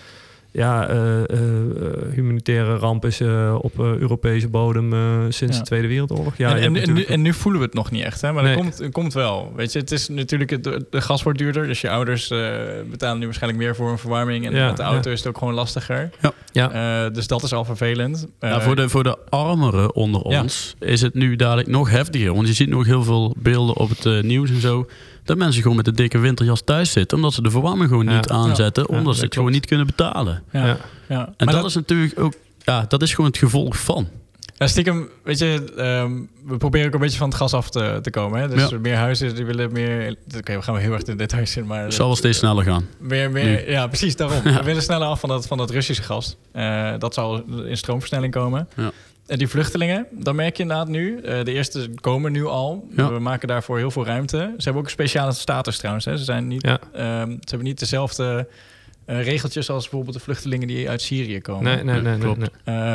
humanitaire ramp is op Europese bodem sinds de Tweede Wereldoorlog. Ja, en nu voelen we het nog niet echt, hè? Maar het komt wel. Weet je, het is natuurlijk de gas wordt duurder, dus je ouders betalen nu waarschijnlijk meer voor een verwarming en met de auto is het ook gewoon lastiger. Dus dat is al vervelend. Voor de armeren onder ons is het nu dadelijk nog heftiger, want je ziet nog heel veel beelden op het nieuws en zo. Dat mensen gewoon met de dikke winterjas thuis zitten... omdat ze de verwarming gewoon niet aanzetten... omdat ze het gewoon niet kunnen betalen. En maar dat is natuurlijk ook... Ja, dat is gewoon het gevolg van. Ja, stiekem, weet je... we proberen ook een beetje van het gas af te komen. Hè? Dus meer huizen, die willen meer... Oké, we gaan heel erg in details in, maar... Het zal wel steeds sneller gaan. Meer, ja, precies, daarom. We willen sneller af van dat Russische gas. Dat zal in stroomversnelling komen. Ja. En die vluchtelingen, dan merk je inderdaad nu... de eerste komen nu al. Ja. We maken daarvoor heel veel ruimte. Ze hebben ook een speciale status trouwens. Hè. Ze zijn niet, ze hebben niet dezelfde regeltjes... als bijvoorbeeld de vluchtelingen die uit Syrië komen. Nee, klopt.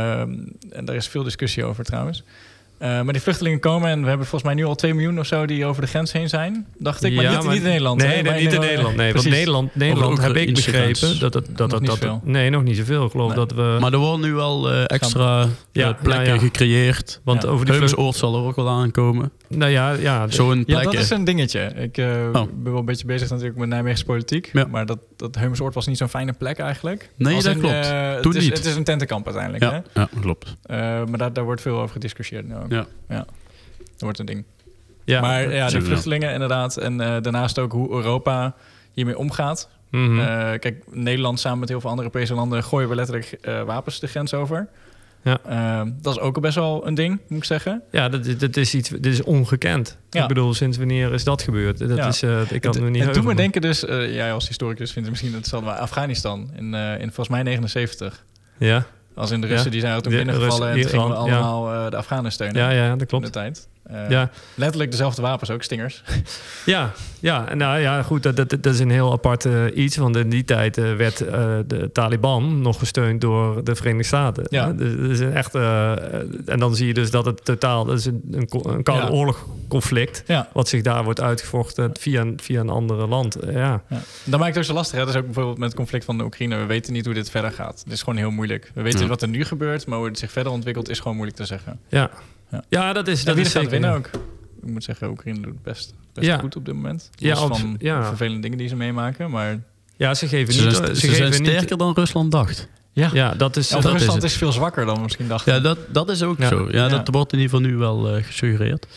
En daar is veel discussie over trouwens. Maar die vluchtelingen komen en we hebben volgens mij nu al 2 miljoen of zo... die over de grens heen zijn, dacht ik. Maar niet in Nederland. Nee, niet in Nederland. Nee, want Nederland heb ik begrepen... Nee, nog niet zoveel. Ik geloof dat we... Maar er worden nu al extra plekken gecreëerd. Want over die Heuvelsoord zal er ook wel aankomen. Nou ja. Zo'n plek. Ja, dat is een dingetje. Ik ben wel een beetje bezig natuurlijk met Nijmeegse politiek. Ja. Maar dat Heuvelsoord was niet zo'n fijne plek eigenlijk. Nee, dat klopt. Het is een tentenkamp uiteindelijk. Ja, hè? Ja klopt. Maar daar wordt veel over gediscussieerd nu ook. Ja. Dat wordt een ding. Ja, maar de vluchtelingen inderdaad. En daarnaast ook hoe Europa hiermee omgaat. Mm-hmm. Kijk, Nederland samen met heel veel andere Europese landen... gooien we letterlijk wapens de grens over. Ja. Dat is ook best wel een ding, moet ik zeggen. Ja, dit is ongekend. Ja. Ik bedoel, sinds wanneer is dat gebeurd? Ik kan me niet het doet me denken dus... jij als historicus vindt het misschien... het zal wel Afghanistan in volgens mij 79. Ja. Als in de Russen die zijn er toen binnengevallen... en gingen we allemaal de Afghanen steunen. Ja, dat klopt. In de tijd. Letterlijk dezelfde wapens ook, stingers. Goed, dat is een heel apart iets. Want in die tijd werd de Taliban nog gesteund door de Verenigde Staten. Ja. Dus echt, en dan zie je dus dat het totaal... dat is een koude oorlogconflict... wat zich daar wordt uitgevochten via een andere land. Ja. Dat maakt het ook zo lastig. Hè? Dat is ook bijvoorbeeld met het conflict van de Oekraïne. We weten niet hoe dit verder gaat. Het is gewoon heel moeilijk. We weten wat er nu gebeurt... maar hoe het zich verder ontwikkelt is gewoon moeilijk te zeggen. Ja, dat is zeker winnen ook. Ik moet zeggen, Oekraïne doet het best goed op dit moment. Los van vervelende dingen die ze meemaken, maar... Ja, ze geven ze zijn sterker dan Rusland dacht. Ja, dat is... Rusland is veel zwakker dan we misschien dachten. Ja, dat is ook zo. Ja, dat wordt in ieder geval nu wel gesuggereerd. Ja.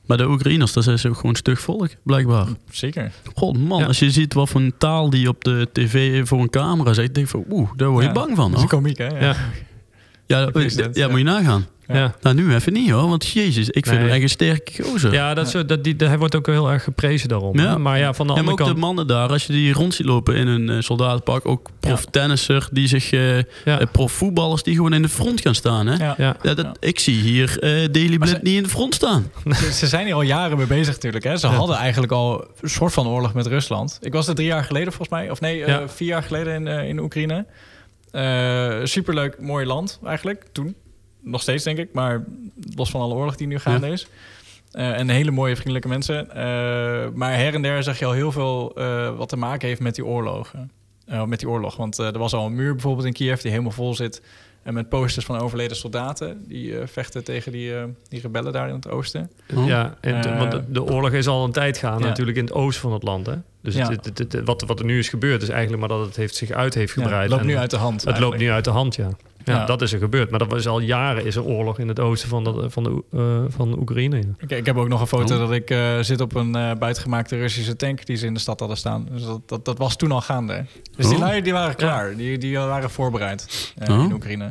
Maar de Oekraïners, dat zijn ze ook gewoon stug volk, blijkbaar. Zeker. God man, als je ziet wat voor een taal die op de tv voor een camera zegt, denk je van, daar word je bang van. Dat is komiek, hè? Ja, moet je nagaan. Ja. Nou, nu even niet hoor, want jezus, ik vind hem echt een sterke gozer. Ja, hij wordt ook heel erg geprezen daarom. Ja. Maar van de andere ook kant... de mannen daar, als je die rond ziet lopen in een soldatenpak, ook prof-tennisser, die zich prof-voetballers die gewoon in de front gaan staan. Hè? Ja. Ik zie hier Daley Blind niet in de front staan. Ze zijn hier al jaren mee bezig natuurlijk. Hè? Ze hadden eigenlijk al een soort van oorlog met Rusland. Ik was er 3 jaar geleden volgens mij, of 4 jaar geleden in Oekraïne. Superleuk, mooi land eigenlijk, toen. Nog steeds, denk ik. Maar los van alle oorlog die nu gaande is. En hele mooie, vriendelijke mensen. Maar her en der zag je al heel veel wat te maken heeft met die oorlogen. Want er was al een muur bijvoorbeeld in Kiev die helemaal vol zit. Met posters van overleden soldaten. Die vechten tegen die rebellen daar in het oosten. Ja, want de oorlog is al een tijd gaande natuurlijk in het oosten van het land. Hè? Dus wat er nu is gebeurd is eigenlijk maar dat het zich uit heeft gebreid. Het loopt nu uit de hand. Het loopt nu uit de hand, ja. Ja, dat is er gebeurd. Maar dat was al jaren is er oorlog in het oosten van Oekraïne. Ja. Ik heb ook nog een foto dat ik zit op een buitengemaakte Russische tank die ze in de stad hadden staan. Dus dat was toen al gaande. Dus die lui die waren klaar. Die waren voorbereid in Oekraïne.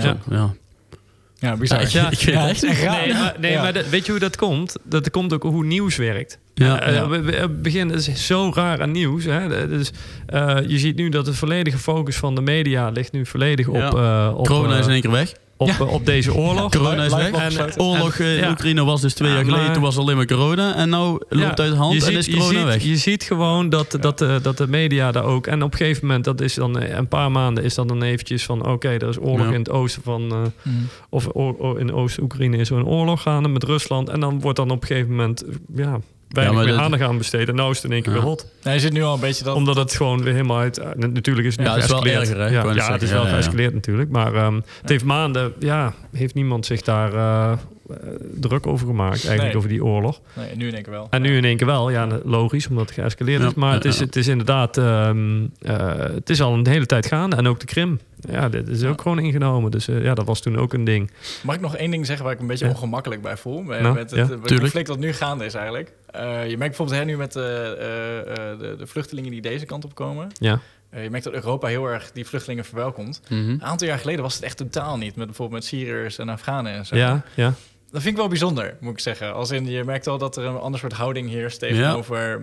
Ja, bizar. Ik vind het echt raar. Maar weet je hoe dat komt? Dat komt ook hoe nieuws werkt. Het begin is zo raar aan nieuws. Hè? Dus, je ziet nu dat de volledige focus van de media ligt nu volledig op... Corona is in één keer weg. Op deze oorlog. Corona is weg. En oorlog in Oekraïne was dus 2 jaar geleden. Toen was alleen maar corona. En nu loopt uit de hand en is corona weg. Je ziet gewoon dat de media daar ook... En op een gegeven moment, dat is dan een paar maanden... is dat dan eventjes van... Oké, er is oorlog in het oosten van... Of in Oost-Oekraïne is er een oorlog gaande met Rusland. En dan wordt dan op een gegeven moment... weinig meer aandacht aan besteden. Nou is het in één keer weer hot. Je zit nu al een beetje dat... Omdat het gewoon weer helemaal uit... Natuurlijk is het nu geëscaleerd. Het is wel erger, hè? Het is wel geëscaleerd natuurlijk. Maar het heeft maanden... heeft niemand zich daar druk over gemaakt. Eigenlijk over die oorlog. Nee, nu in één keer wel. En nu in één keer wel. Ja, logisch, omdat het geëscaleerd is. Maar het is inderdaad... het is al een hele tijd gaande. En ook de Krim. Ja, dit is ook gewoon ingenomen. Dus dat was toen ook een ding. Mag ik nog één ding zeggen waar ik een beetje ongemakkelijk bij voel? Met het conflict dat nu gaande is eigenlijk. Je merkt bijvoorbeeld nu met de vluchtelingen die deze kant op komen. Ja. Je merkt dat Europa heel erg die vluchtelingen verwelkomt. Een aantal jaar geleden was het echt totaal niet. Bijvoorbeeld met Syriërs en Afghanen en zo. Ja. Dat vind ik wel bijzonder, moet ik zeggen. Als in, je merkt al dat er een ander soort houding heerst tegenover...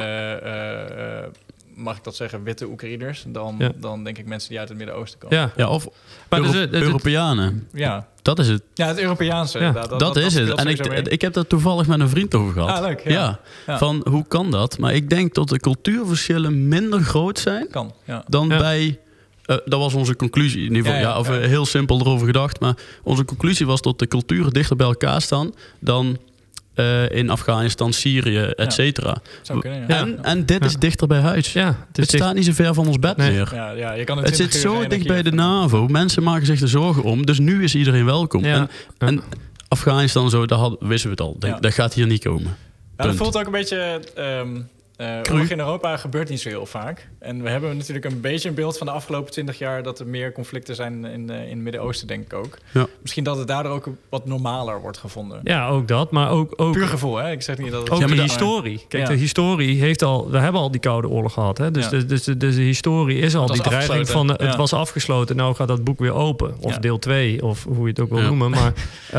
mag ik dat zeggen, witte Oekraïners... dan denk ik mensen die uit het Midden-Oosten komen. Ja, of Europeanen. Ja. Dat is het. Ja, het Europeaanse. Ja. Dat is het. En ik heb daar toevallig met een vriend over gehad. Leuk. Ja. Van, hoe kan dat? Maar ik denk dat de cultuurverschillen minder groot zijn... dan bij... dat was onze conclusie. In ieder geval, heel simpel erover gedacht. Maar onze conclusie was dat de culturen dichter bij elkaar staan... dan in Afghanistan, Syrië, et cetera. En dit is dichter bij huis. Het staat niet zo ver van ons bed meer. Je kan het zit zo dicht bij de NAVO. Mensen maken zich er zorgen om. Dus nu is iedereen welkom. En Afghanistan, wisten we het al. Dat gaat hier niet komen. Dat voelt ook een beetje... oorlog in Europa gebeurt niet zo heel vaak. En we hebben natuurlijk een beetje een beeld van de afgelopen 20 jaar... dat er meer conflicten zijn in het Midden-Oosten, denk ik ook. Ja. Misschien dat het daardoor ook wat normaler wordt gevonden. Ja, ook dat. Maar ook puur gevoel, hè? Ik zeg niet dat het... Ook de historie. Kijk, de historie heeft al... We hebben al die Koude Oorlog gehad. Hè? Dus de historie is al die dreiging van... Het was afgesloten, nou gaat dat boek weer open. Of deel 2, of hoe je het ook wil noemen. Maar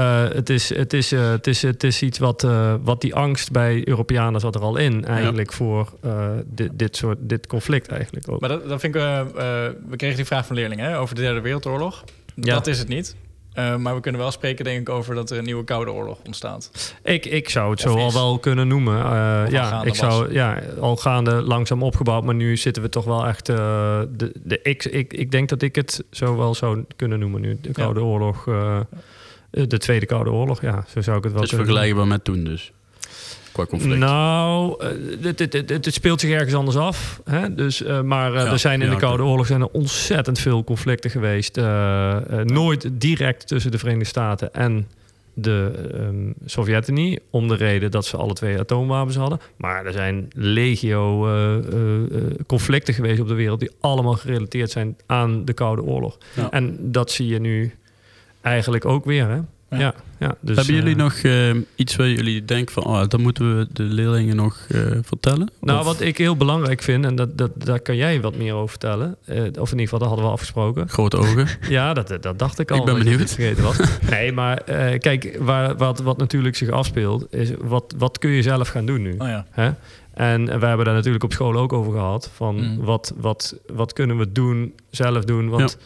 het is iets wat die angst bij Europeanen zat er al in. Eigenlijk voor dit conflict eigenlijk ook. Maar dat vind ik... we kregen die vraag van leerlingen over de Derde Wereldoorlog. Ja. Dat is het niet. Maar we kunnen wel spreken, denk ik, over dat er een nieuwe Koude Oorlog ontstaat. Ik zou het zo al wel kunnen noemen. Al gaande langzaam opgebouwd. Maar nu zitten we toch wel echt... Ik denk dat ik het zo wel zou kunnen noemen nu. De Koude Oorlog. De Tweede Koude Oorlog, ja. Zo zou ik het wel kunnen vergelijkbaar met toen dus. Conflict. Nou, het speelt zich ergens anders af. Hè? Dus, er zijn in de Koude Oorlog zijn er ontzettend veel conflicten geweest. Nooit direct tussen de Verenigde Staten en de Sovjet-Unie. Om de reden dat ze alle 2 atoomwapens hadden. Maar er zijn legio conflicten geweest op de wereld... die allemaal gerelateerd zijn aan de Koude Oorlog. Ja. En dat zie je nu eigenlijk ook weer, hè? Dus, hebben jullie nog iets waar jullie denken van... dat moeten we de leerlingen nog vertellen? Nou, wat ik heel belangrijk vind... en daar kan jij wat meer over vertellen. Of in ieder geval, dat hadden we afgesproken. Grote ogen. Ja, dat dacht ik al. Ik ben benieuwd. Vergeten was. Nee, maar kijk, wat natuurlijk zich afspeelt... is wat kun je zelf gaan doen nu? Oh ja. Hè? En we hebben daar natuurlijk op school ook over gehad. Van wat kunnen we doen, zelf doen? Want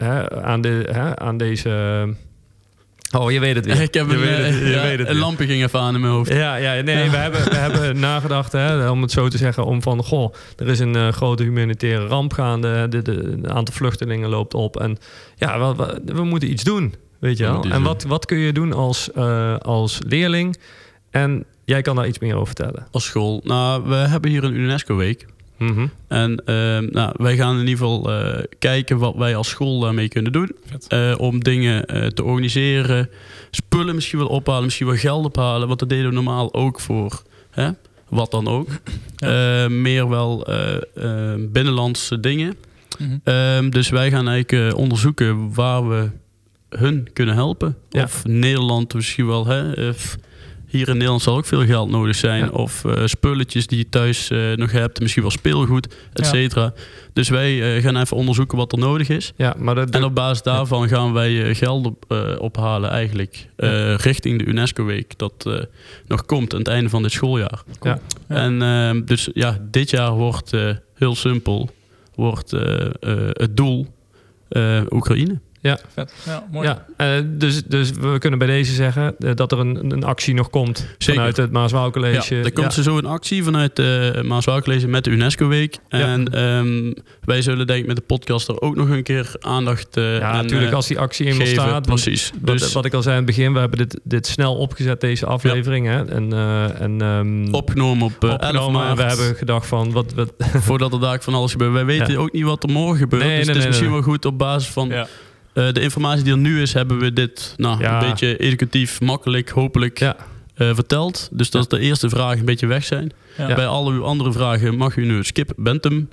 aan deze... Oh, je weet het weer. Ik heb een lampje ging even aan in mijn hoofd. We hebben nagedacht, om het zo te zeggen, om van, er is een grote humanitaire ramp gaande. Het aantal vluchtelingen loopt op. En ja, we moeten iets doen, weet je wel. En wat kun je doen als leerling? En jij kan daar iets meer over vertellen. Als school? Nou, we hebben hier een UNESCO-week. Mm-hmm. En wij gaan in ieder geval kijken wat wij als school daarmee kunnen doen. Om dingen te organiseren. Spullen misschien wel ophalen, misschien wel geld ophalen. Want dat deden we normaal ook voor wat dan ook. Ja. Meer wel binnenlandse dingen. Mm-hmm. Dus wij gaan eigenlijk onderzoeken waar we hun kunnen helpen. Ja. Of Nederland misschien wel... Hier in Nederland zal ook veel geld nodig zijn. Ja. Of spulletjes die je thuis nog hebt. Misschien wel speelgoed, et cetera. Ja. Dus wij gaan even onderzoeken wat er nodig is. Ja, maar en op basis daarvan gaan wij geld ophalen eigenlijk. Richting de UNESCO-week. Dat nog komt aan het einde van dit schooljaar. Ja. Ja. En dus dit jaar wordt heel simpel. Wordt het doel Oekraïne. Ja, vet. Ja, mooi. Ja, dus we kunnen bij deze zeggen dat er een actie nog komt. Zeker. Vanuit het Maas-Wouw College. Ja, er komt zo een actie vanuit het Maas-Wouw College met de UNESCO-week. En wij zullen denk ik met de podcast er ook nog een keer aandacht natuurlijk als die actie eenmaal staat. Precies. Dus wat ik al zei in het begin, we hebben dit snel opgezet, deze aflevering. Ja. Hè? Opgenomen op 11 maart. En we hebben gedacht van... Wat voordat er daar van alles gebeurt. Wij weten ook niet wat er morgen gebeurt. Dus het is misschien wel goed op basis van... Ja. De informatie die er nu is, hebben we dit een beetje educatief, makkelijk, hopelijk verteld. Dus dat is de eerste vraag een beetje weg zijn. Ja. Bij alle uw andere vragen mag u nu skip Bentham.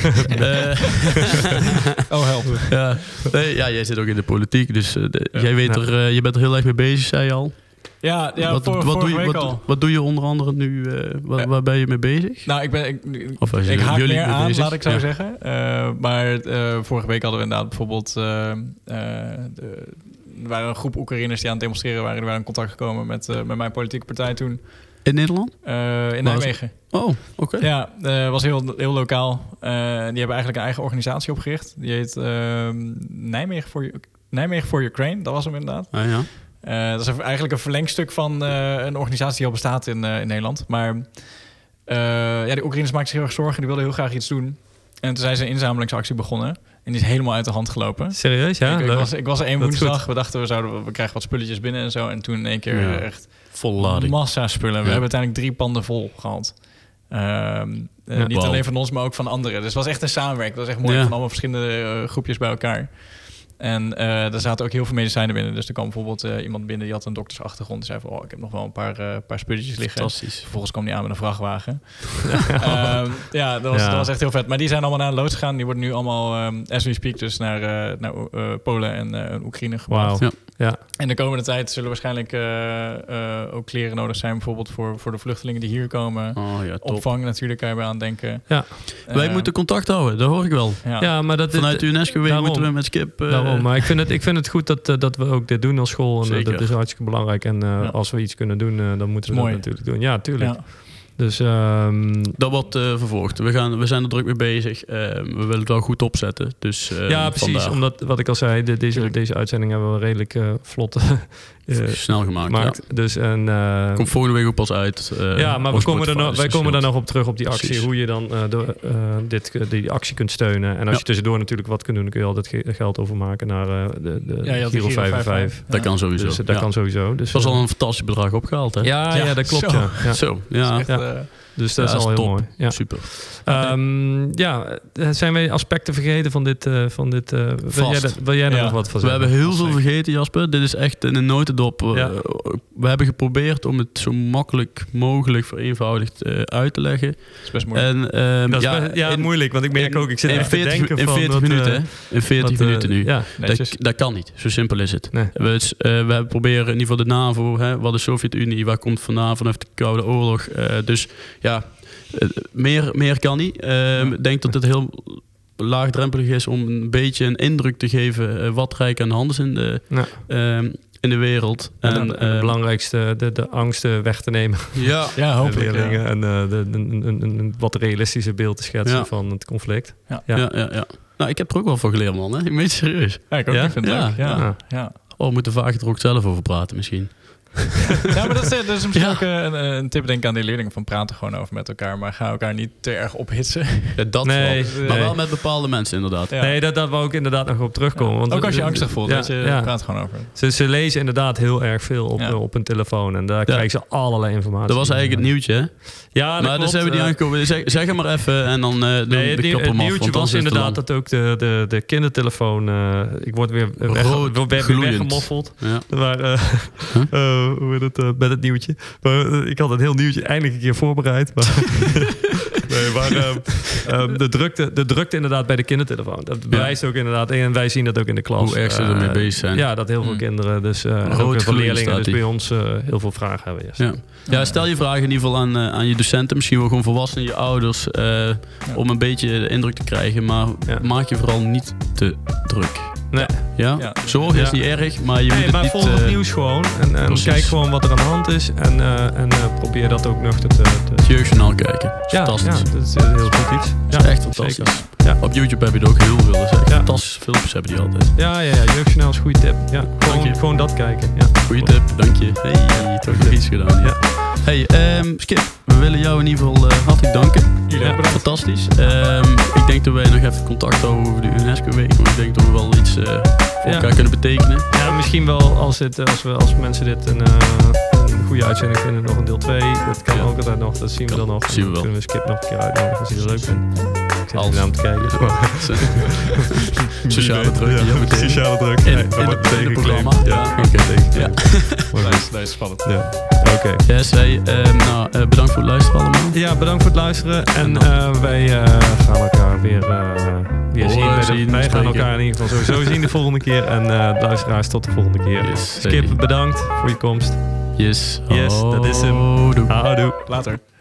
Help. Jij zit ook in de politiek, dus jij weet je bent er heel erg mee bezig, zei je al. Ja, wat doe je onder andere nu? Waar ben je mee bezig? Nou, ik haak meer aan, bezig? Laat ik zo zeggen. Maar vorige week hadden we inderdaad bijvoorbeeld... er waren een groep Oekraïners die aan het demonstreren waren. Die waren in contact gekomen met mijn politieke partij toen. In Nederland? In Nijmegen. Oh, oké. Ja, was heel lokaal. Die hebben eigenlijk een eigen organisatie opgericht. Die heet Nijmegen for Ukraine. Dat was hem inderdaad. Ah, ja. Dat is eigenlijk een verlengstuk van een organisatie die al bestaat in Nederland. Maar de Oekraïners maakten zich heel erg zorgen. Die wilden heel graag iets doen. En toen zijn ze een inzamelingsactie begonnen. En die is helemaal uit de hand gelopen. Serieus? Ja, ik was er één woensdag. We dachten, we krijgen wat spulletjes binnen en zo. En toen in één keer echt volle lading. Massa spullen. We hebben uiteindelijk 3 panden vol gehad. Niet alleen van ons, maar ook van anderen. Dus het was echt een samenwerking. Het was echt mooi van allemaal verschillende groepjes bij elkaar. En er zaten ook heel veel medicijnen binnen. Dus er kwam bijvoorbeeld iemand binnen die had een doktersachtergrond. Die zei van, ik heb nog wel een paar spulletjes liggen. Fantastisch. Vervolgens kwam die aan met een vrachtwagen. Dat was echt heel vet. Maar die zijn allemaal naar een loods gegaan. Die worden nu allemaal, as we speak, dus naar Polen en Oekraïne gebracht. Wow. Ja. En de komende tijd zullen waarschijnlijk ook kleren nodig zijn. Bijvoorbeeld voor de vluchtelingen die hier komen. Opvang natuurlijk, kan je bij aan denken. Ja. Wij moeten contact houden, dat hoor ik wel. Ja, maar vanuit de UNESCO-week moeten we met Skip... maar ik vind het goed dat we ook dit doen als school. En dat is hartstikke belangrijk. En als we iets kunnen doen, dan moeten we dat natuurlijk doen. Ja, tuurlijk. Ja. Dus, dat wordt vervolgd. We zijn er druk mee bezig. We willen het wel goed opzetten. Dus, precies. Vandaar. Omdat, wat ik al zei, deze uitzending hebben we redelijk vlot snel gemaakt. Ja. Dus, komt volgende week ook pas uit. Maar wij komen daar nog op terug op die actie. Precies. Hoe je dan die actie kunt steunen. En als je tussendoor natuurlijk wat kunt doen, dan kun je altijd geld overmaken naar de Giro 55. Dat kan sowieso. Dus dat kan sowieso. Dus, dat was al een fantastisch bedrag opgehaald, hè? Ja, dat klopt. Zo. Ja. Dus dat is al heel top. mooi. Ja. Super. Zijn wij aspecten vergeten van dit? Wil jij er nog wat van zeggen? We hebben heel veel vergeten, Jasper. Dit is echt in een notendop. We hebben geprobeerd om het zo makkelijk mogelijk vereenvoudigd uit te leggen. Dat is best moeilijk. En, dat is moeilijk, want ik merk ook, ik zit echt te denken in 40 minuten. In 40 minuten nu. Ja. Dat kan niet. Zo simpel is het. Nee. We hebben proberen in ieder geval de NAVO, wat de Sovjet-Unie, waar komt vandaan vanaf de Koude Oorlog. Dus ja, meer kan niet. Ik denk dat het heel laagdrempelig is om een beetje een indruk te geven wat rijk aan de hand is in de wereld. En het belangrijkste, de angsten weg te nemen. Ja, hopelijk. Leerlingen. En een wat realistischer beeld te schetsen van het conflict. Ja. Nou, ik heb er ook wel van geleerd, man. Hè? Ik meen het serieus. Ja, ik ook. Ik vind het leuk. Ja. Oh, we moeten vaak er ook zelf over praten misschien. Ja, maar dat is misschien ook een tip, denk ik, aan die leerlingen. Van praten gewoon over met elkaar, maar ga elkaar niet te erg ophitsen. Maar wel met bepaalde mensen inderdaad. Ja. Nee, dat wou ik inderdaad nog op terugkomen. Want ook als je angstig voelt, praat gewoon over. Ze lezen inderdaad heel erg veel op hun telefoon. En daar krijgen ze allerlei informatie. Dat was eigenlijk het nieuwtje, hè? Ja, maar dus hebben we niet aangekomen. Zeg hem maar even en dan het nieuwtje was inderdaad dat ook de kindertelefoon... ik word weer weggemoffeld. Maar... hoe heet het, met het nieuwtje. Maar, ik had een heel nieuwtje eindelijk een keer voorbereid. Maar, de drukte inderdaad bij de kindertelefoon. Dat bewijst ook inderdaad. En wij zien dat ook in de klas. Hoe erg ze ermee bezig zijn. Ja, dat heel veel kinderen, dus ook veel leerlingen, dus bij ons heel veel vragen hebben. Yes. Ja, stel je vragen in ieder geval aan je docenten. Misschien wel gewoon volwassenen, je ouders. Om een beetje de indruk te krijgen. Maar maak je vooral niet te druk. Nee. Ja? Zorg is niet erg, maar je moet het niet... volg het nieuws gewoon. En kijk gewoon wat er aan de hand is. En probeer dat ook nuchter te... Het Jeugdjournaal kijken. Fantastisch. Ja, dat is heel goed iets. Dat is echt fantastisch. Ja. Op YouTube heb je er ook heel veel. Dat is echt fantastische filmpjes hebben die altijd. Ja, Jeugdjournaal is een goede tip. Ja, gewoon dat kijken. Ja. Goeie tip, dank je. Hey, toch nog iets gedaan. Ja. Hey, Skip, we willen jou in ieder geval hartelijk danken. Fantastisch. Ik denk dat wij nog even contact houden over de UNESCO-week. Want ik denk dat we wel iets voor elkaar kunnen betekenen. Ja, misschien wel als mensen dit een goede uitzending vinden, nog een deel 2. Dat kan ook altijd nog, dat zien we dan nog. Zien we wel. Kunnen we Skip nog een keer uitnodigen als hij dat leuk vindt. Ik zit er aan te kijken. Sociale druk. Sociale druk. In het programma. Ja, oké. Dat is spannend. Ja. Oké. Yes, hey, bedankt voor het luisteren allemaal. Ja, bedankt voor het luisteren. En wij gaan elkaar weer zien. Wij gaan elkaar in ieder geval sowieso zien de volgende keer. En luisteraars, tot de volgende keer. Yes, Skip, bedankt voor je komst. Yes, dat is hem. Houdoe. Houdoe. Later.